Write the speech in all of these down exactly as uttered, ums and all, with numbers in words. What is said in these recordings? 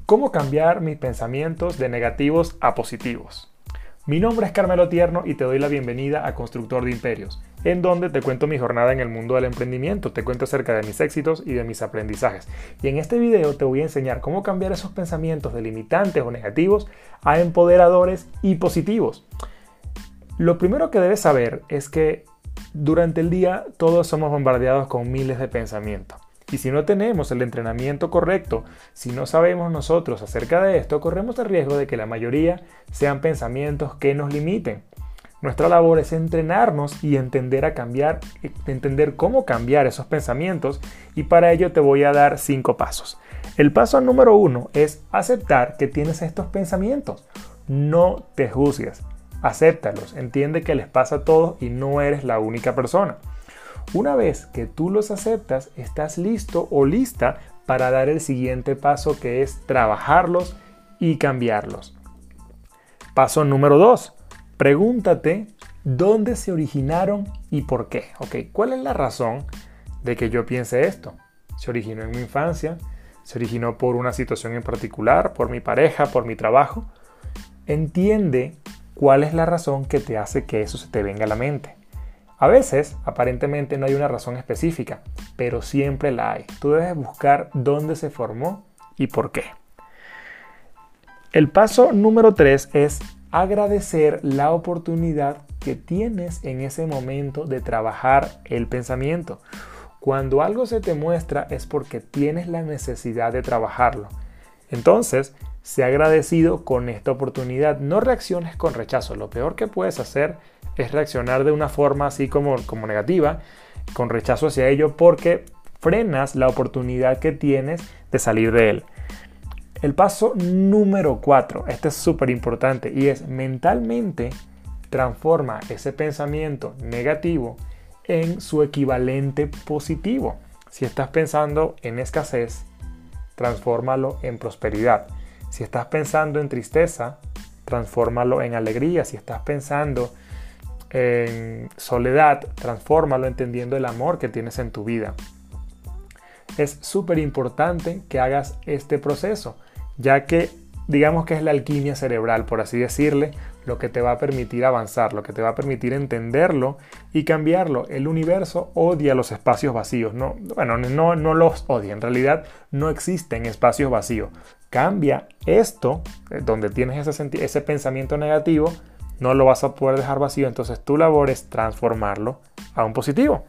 ¿Cómo cambiar mis pensamientos de negativos a positivos? Mi nombre es Carmelo Tierno y te doy la bienvenida a Constructor de Imperios, en donde te cuento mi jornada en el mundo del emprendimiento, te cuento acerca de mis éxitos y de mis aprendizajes. Y en este video te voy a enseñar cómo cambiar esos pensamientos de limitantes o negativos a empoderadores y positivos. Lo primero que debes saber es que durante el día todos somos bombardeados con miles de pensamientos. Y si no tenemos el entrenamiento correcto, si no sabemos nosotros acerca de esto, corremos el riesgo de que la mayoría sean pensamientos que nos limiten. Nuestra labor es entrenarnos y entender a cambiar, entender cómo cambiar esos pensamientos, y para ello te voy a dar cinco pasos. El paso número uno es aceptar que tienes estos pensamientos. No te juzgues, acéptalos, entiende que les pasa a todos y no eres la única persona. Una vez que tú los aceptas, estás listo o lista para dar el siguiente paso, que es trabajarlos y cambiarlos. Paso número dos. Pregúntate dónde se originaron y por qué. ¿Okay? ¿Cuál es la razón de que yo piense esto? ¿Se originó en mi infancia? ¿Se originó por una situación en particular? ¿Por mi pareja? ¿Por mi trabajo? Entiende cuál es la razón que te hace que eso se te venga a la mente. A veces, aparentemente no hay una razón específica, pero siempre la hay. Tú debes buscar dónde se formó y por qué. El paso número tres es agradecer la oportunidad que tienes en ese momento de trabajar el pensamiento. Cuando algo se te muestra es porque tienes la necesidad de trabajarlo. Entonces, sé agradecido con esta oportunidad. No reacciones con rechazo. Lo peor que puedes hacer es reaccionar de una forma así como, como negativa, con rechazo hacia ello, porque frenas la oportunidad que tienes de salir de él. El paso número cuatro, este es súper importante, y es mentalmente transforma ese pensamiento negativo en su equivalente positivo. Si estás pensando en escasez, transfórmalo en prosperidad. Si estás pensando en tristeza, transfórmalo en alegría. Si estás pensando en soledad, transfórmalo entendiendo el amor que tienes en tu vida. Es súper importante que hagas este proceso, ya que digamos que es la alquimia cerebral, por así decirle, lo que te va a permitir avanzar, lo que te va a permitir entenderlo y cambiarlo. El universo odia los espacios vacíos. No, bueno, no, no los odia, en realidad no existen espacios vacíos. Cambia esto, donde tienes ese, ese pensamiento negativo, no lo vas a poder dejar vacío, entonces tu labor es transformarlo a un positivo.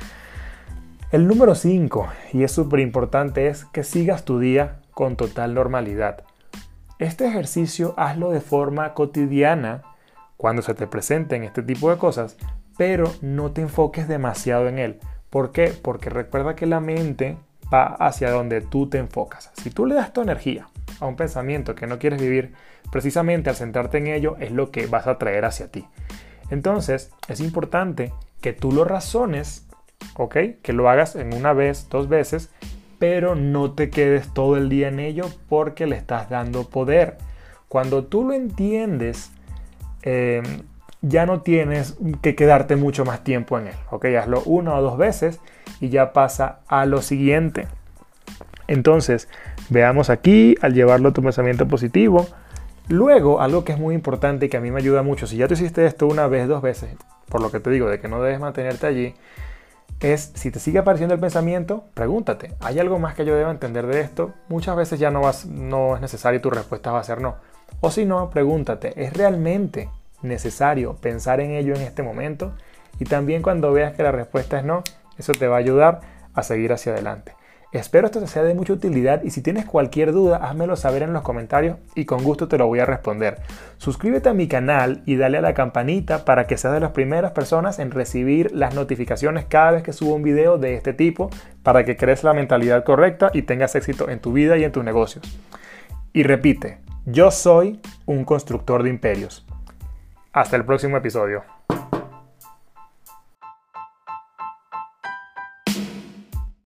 El número cinco, y es súper importante, es que sigas tu día con total normalidad. Este ejercicio hazlo de forma cotidiana cuando se te presenten este tipo de cosas, pero no te enfoques demasiado en él. ¿Por qué? Porque recuerda que la mente va hacia donde tú te enfocas. Si tú le das tu energía a un pensamiento que no quieres vivir, precisamente al centrarte en ello es lo que vas a traer hacia ti. Entonces es importante que tú lo razones, ¿ok? Que lo hagas en una vez, dos veces, pero no te quedes todo el día en ello porque le estás dando poder. Cuando tú lo entiendes, eh, ya no tienes que quedarte mucho más tiempo en él, ¿ok? Hazlo una o dos veces y ya pasa a lo siguiente. Entonces, veamos aquí, al llevarlo a tu pensamiento positivo. Luego, algo que es muy importante y que a mí me ayuda mucho, si ya tú hiciste esto una vez, dos veces, por lo que te digo de que no debes mantenerte allí, es si te sigue apareciendo el pensamiento, pregúntate, ¿hay algo más que yo deba entender de esto? Muchas veces ya no, vas, no es necesario y tu respuesta va a ser no. O si no, pregúntate, ¿es realmente necesario pensar en ello en este momento? Y también cuando veas que la respuesta es no, eso te va a ayudar a seguir hacia adelante. Espero esto te sea de mucha utilidad y si tienes cualquier duda, házmelo saber en los comentarios y con gusto te lo voy a responder. Suscríbete a mi canal y dale a la campanita para que seas de las primeras personas en recibir las notificaciones cada vez que subo un video de este tipo, para que crees la mentalidad correcta y tengas éxito en tu vida y en tus negocios. Y repite, yo soy un constructor de imperios. Hasta el próximo episodio.